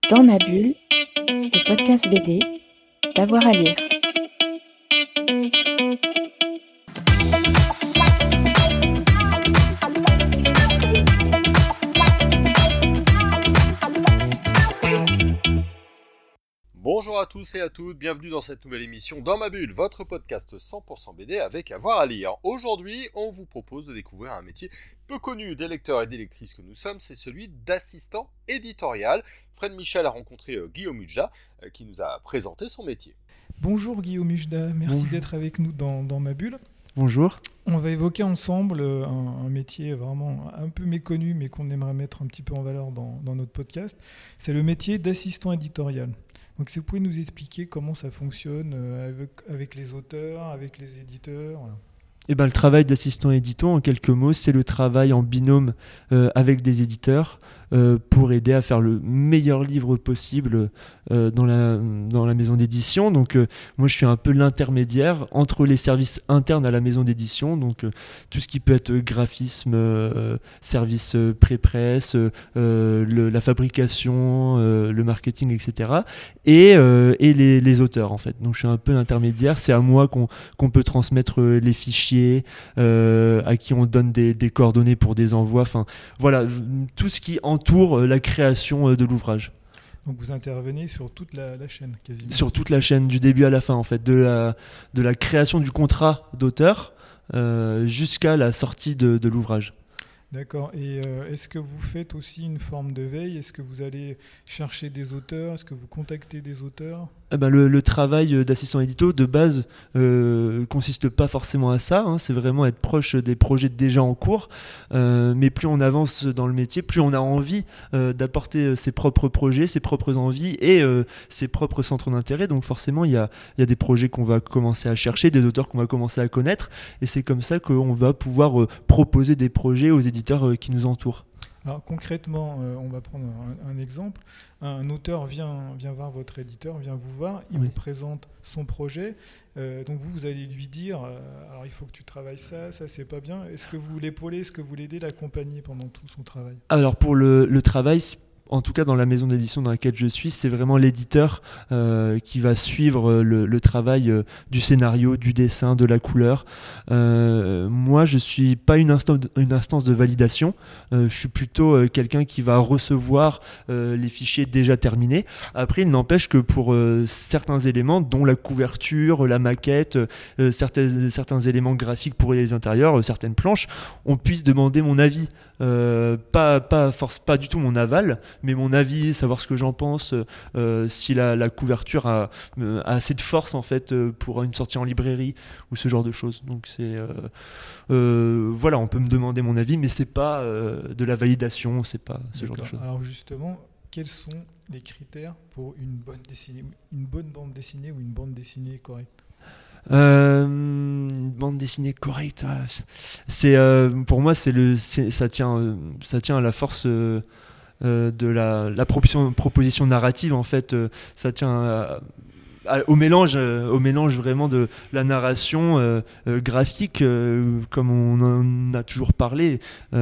Dans ma bulle, le podcast BD, d'avoir à lire. Bonjour à tous et à toutes, bienvenue dans cette nouvelle émission Dans ma bulle, votre podcast 100% BD avec avoir à lire. Aujourd'hui, on vous propose de découvrir un métier peu connu des lecteurs et des lectrices que nous sommes, c'est celui d'assistant éditorial. Fred Michel a rencontré Guillaume Mujda qui nous a présenté son métier. Bonjour Guillaume Mujda, merci d'être avec nous dans ma bulle. Bonjour. On va évoquer ensemble un métier vraiment un peu méconnu mais qu'on aimerait mettre un petit peu en valeur dans notre podcast. C'est le métier d'assistant éditorial. Donc si vous pouvez nous expliquer comment ça fonctionne avec les auteurs, avec les éditeurs. Voilà. Le travail d'assistant édito, en quelques mots, c'est le travail en binôme avec des éditeurs pour aider à faire le meilleur livre possible dans la maison d'édition. Donc moi, je suis un peu l'intermédiaire entre les services internes à la maison d'édition, donc tout ce qui peut être graphisme, service pré-presse, la fabrication, le marketing, etc. Et les auteurs, en fait. Donc je suis un peu l'intermédiaire. C'est à moi qu'on peut transmettre les fichiers, à qui on donne des coordonnées pour des envois. Enfin, voilà, tout ce qui entoure la création de l'ouvrage. Donc vous intervenez sur toute la chaîne, quasiment. Sur toute la chaîne, du début à la fin, en fait, de la création du contrat d'auteur jusqu'à la sortie de l'ouvrage. D'accord. Et est-ce que vous faites aussi une forme de veille ? Est-ce que vous allez chercher des auteurs ? Est-ce que vous contactez des auteurs ? Le travail d'assistant édito, de base, consiste pas forcément à ça. C'est vraiment être proche des projets déjà en cours. Mais plus on avance dans le métier, plus on a envie d'apporter ses propres projets, ses propres envies et ses propres centres d'intérêt. Donc forcément, il y a des projets qu'on va commencer à chercher, des auteurs qu'on va commencer à connaître. Et c'est comme ça qu'on va pouvoir proposer des projets aux éditeurs qui nous entourent. Alors concrètement, on va prendre un exemple. Un auteur vient voir votre éditeur, vient vous voir, il vous présente son projet. Donc vous allez lui dire, alors il faut que tu travailles ça c'est pas bien. Est-ce que vous l'épaulez, est-ce que vous l'aidez, l'accompagnez pendant tout son travail ? Alors pour le travail, en tout cas dans la maison d'édition dans laquelle je suis, c'est vraiment l'éditeur qui va suivre le travail du scénario, du dessin, de la couleur. Moi, je suis pas une instance de validation. Je suis plutôt quelqu'un qui va recevoir les fichiers déjà terminés. Après, il n'empêche que pour certains éléments, dont la couverture, la maquette, certains éléments graphiques pour les intérieurs, certaines planches, on puisse demander mon avis. Pas du tout mon aval, mais mon avis, savoir ce que j'en pense, si la couverture a assez de force en fait pour une sortie en librairie ou ce genre de choses. Donc c'est voilà, on peut me demander mon avis, mais c'est pas de la validation, c'est pas ce genre de choses. Alors justement, quels sont les critères pour une bonne bande dessinée ou une bande dessinée correcte ? Une bande dessinée correcte, c'est pour moi ça tient à la force de la proposition narrative en fait. Ça tient au mélange vraiment de la narration graphique comme on en a toujours parlé.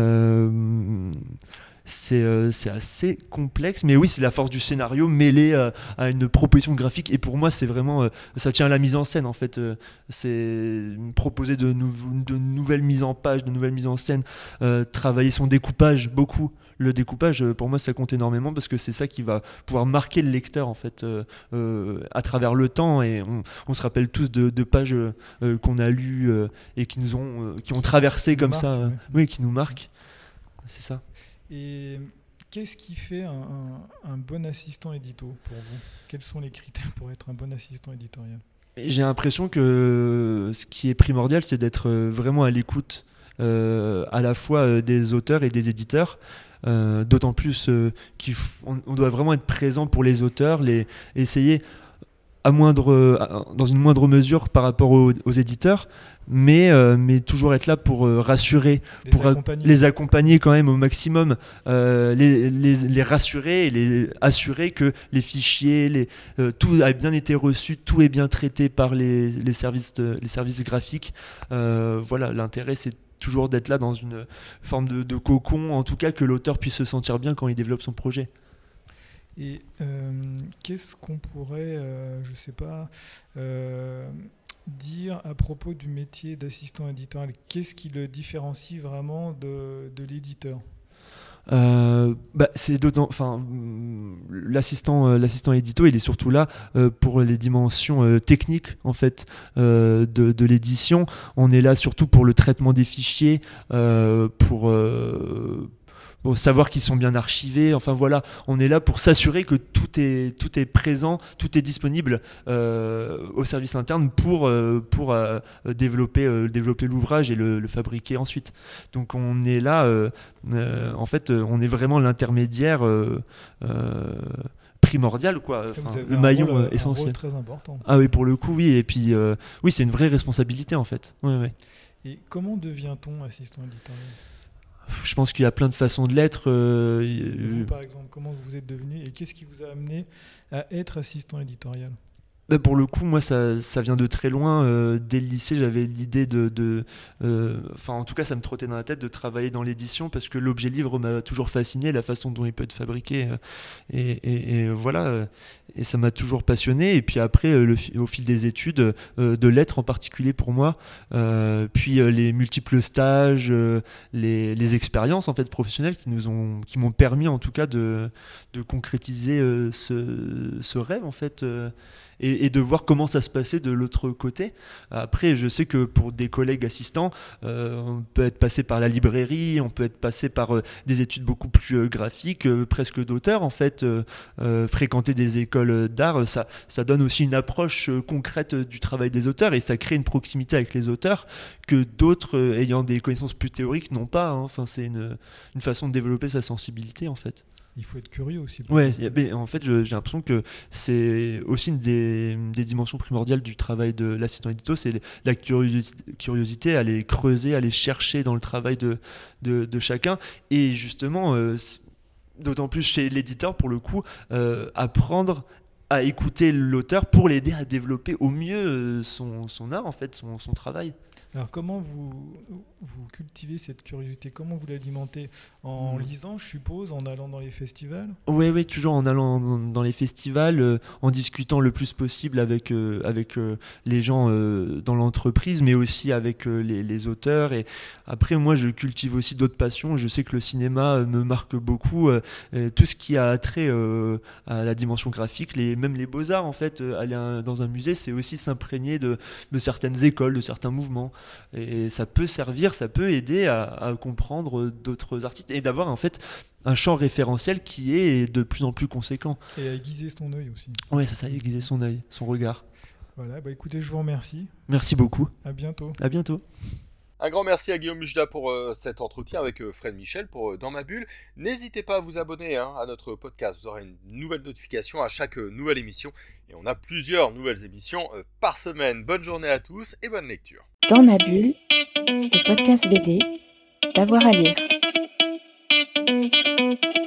C'est assez complexe, mais oui, c'est la force du scénario mêlée à une proposition graphique. Et pour moi, c'est vraiment ça tient à la mise en scène en fait. C'est proposer de nouvelles mises en page, de nouvelles mises en scène, travailler son découpage beaucoup. Le découpage, pour moi, ça compte énormément parce que c'est ça qui va pouvoir marquer le lecteur en fait à travers le temps. Et on se rappelle tous de pages qu'on a lues et qui ont traversé comme ça, qui nous marquent. C'est ça. Et qu'est-ce qui fait un bon assistant édito pour vous ? Quels sont les critères pour être un bon assistant éditorial ? J'ai l'impression que ce qui est primordial, c'est d'être vraiment à l'écoute à la fois des auteurs et des éditeurs. D'autant plus qu'on doit vraiment être présent pour les auteurs, essayer dans une moindre mesure par rapport aux éditeurs, mais toujours être là pour rassurer, les accompagner quand même au maximum, les rassurer et les assurer que les fichiers, tout a bien été reçu, tout est bien traité par les services graphiques. Voilà, l'intérêt c'est toujours d'être là dans une forme de cocon, en tout cas que l'auteur puisse se sentir bien quand il développe son projet. Et qu'est-ce qu'on pourrait, je ne sais pas, dire à propos du métier d'assistant éditorial? Qu'est-ce qui le différencie vraiment de l'éditeur? C'est d'autant, l'assistant édito, il est surtout là pour les dimensions techniques en fait de l'édition. On est là surtout pour le traitement des fichiers, pour savoir qu'ils sont bien archivés. Enfin voilà, on est là pour s'assurer que tout est présent, tout est disponible au service interne pour développer l'ouvrage et le fabriquer ensuite. Donc on est là, en fait, on est vraiment l'intermédiaire primordial, quoi. Le maillon essentiel. Un rôle très important. Ah oui, pour le coup, oui. Et puis, oui, c'est une vraie responsabilité en fait. Ouais. Et comment devient-on assistant éditorial? Je pense qu'il y a plein de façons de l'être. Vous, par exemple, comment vous êtes devenu et qu'est-ce qui vous a amené à être assistant éditorial? Pour le coup, moi, ça vient de très loin. Dès le lycée, j'avais l'idée en tout cas, ça me trottait dans la tête de travailler dans l'édition parce que l'objet livre m'a toujours fasciné, la façon dont il peut être fabriqué. Et voilà. Et ça m'a toujours passionné. Et puis après, au fil des études, de lettres en particulier pour moi, puis les multiples stages, les expériences en fait professionnelles qui m'ont permis en tout cas de concrétiser ce rêve en fait. Et de voir comment ça se passait de l'autre côté. Après, je sais que pour des collègues assistants, on peut être passé par la librairie, on peut être passé par des études beaucoup plus graphiques, presque d'auteur en fait. Fréquenter des écoles d'art, ça donne aussi une approche concrète du travail des auteurs et ça crée une proximité avec les auteurs que d'autres, ayant des connaissances plus théoriques, n'ont pas. Enfin, c'est une façon de développer sa sensibilité en fait. Il faut être curieux aussi. Ouais, mais en fait, j'ai l'impression que c'est aussi une des dimensions primordiales du travail de l'assistant édito, c'est la curiosité, aller creuser, aller chercher dans le travail de chacun. Et justement, d'autant plus chez l'éditeur, pour le coup, apprendre à écouter l'auteur pour l'aider à développer au mieux son art, en fait, son travail. Alors comment vous cultivez cette curiosité? Comment vous l'alimentez? En lisant, je suppose, en allant dans les festivals? Oui, toujours en allant dans les festivals, en discutant le plus possible avec les gens dans l'entreprise, mais aussi avec les auteurs. Et après, moi, je cultive aussi d'autres passions. Je sais que le cinéma me marque beaucoup. Tout ce qui a trait à la dimension graphique, même les beaux-arts, en fait, aller dans un musée, c'est aussi s'imprégner de certaines écoles, de certains mouvements. Et ça peut servir, ça peut aider à comprendre d'autres artistes et d'avoir en fait un champ référentiel qui est de plus en plus conséquent. Et à aiguiser son œil aussi. Oui, c'est ça, aiguiser son œil, son regard. Voilà, écoutez, je vous remercie. Merci beaucoup. À bientôt. À bientôt. Un grand merci à Guillaume Mujda pour cet entretien avec Fred Michel pour Dans ma bulle. N'hésitez pas à vous abonner à notre podcast. Vous aurez une nouvelle notification à chaque nouvelle émission. Et on a plusieurs nouvelles émissions par semaine. Bonne journée à tous et bonne lecture. Dans ma bulle, le podcast BD, d'avoir à lire.